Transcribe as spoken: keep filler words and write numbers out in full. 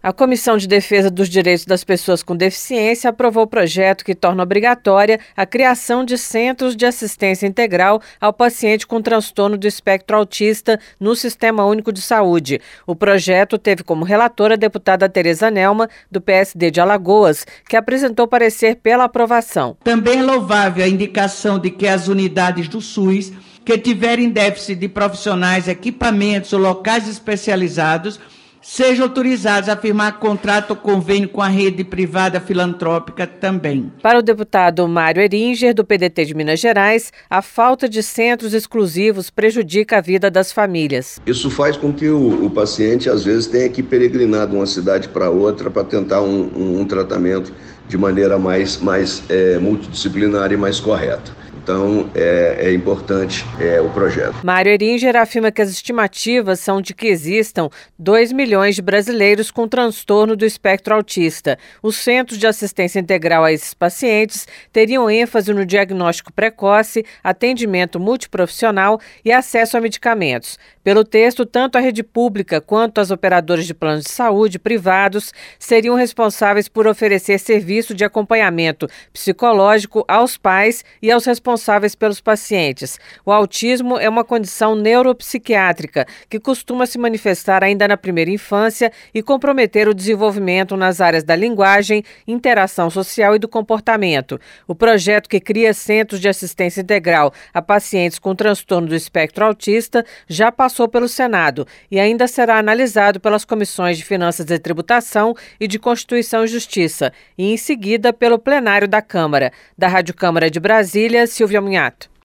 A Comissão de Defesa dos Direitos das Pessoas com Deficiência aprovou o projeto que torna obrigatória a criação de centros de assistência integral ao paciente com transtorno do espectro autista no Sistema Único de Saúde. O projeto teve como relatora a deputada Tereza Nelma, do P S D de Alagoas, que apresentou parecer pela aprovação. Também é louvável a indicação de que as unidades do SUS que tiverem déficit de profissionais, equipamentos ou locais especializados sejam autorizados a firmar contrato ou convênio com a rede privada filantrópica também. Para o deputado Mário Eringer, do P D T de Minas Gerais, a falta de centros exclusivos prejudica a vida das famílias. Isso faz com que o, o paciente, às vezes, tenha que peregrinar de uma cidade para outra para tentar um, um, um tratamento de maneira mais, mais é, multidisciplinar e mais correta. Então, é, é importante é, o projeto. Mário Eringer afirma que as estimativas são de que existam dois milhões de brasileiros com transtorno do espectro autista. Os centros de assistência integral a esses pacientes teriam ênfase no diagnóstico precoce, atendimento multiprofissional e acesso a medicamentos. Pelo texto, tanto a rede pública quanto as operadoras de planos de saúde privados seriam responsáveis por oferecer serviço de acompanhamento psicológico aos pais e aos responsáveis responsáveis pelos pacientes. O autismo é uma condição neuropsiquiátrica que costuma se manifestar ainda na primeira infância e comprometer o desenvolvimento nas áreas da linguagem, interação social e do comportamento. O projeto que cria centros de assistência integral a pacientes com transtorno do espectro autista já passou pelo Senado e ainda será analisado pelas comissões de Finanças e Tributação e de Constituição e Justiça e, em seguida, pelo plenário da Câmara. Da Rádio Câmara de Brasília, Silvia Munhato.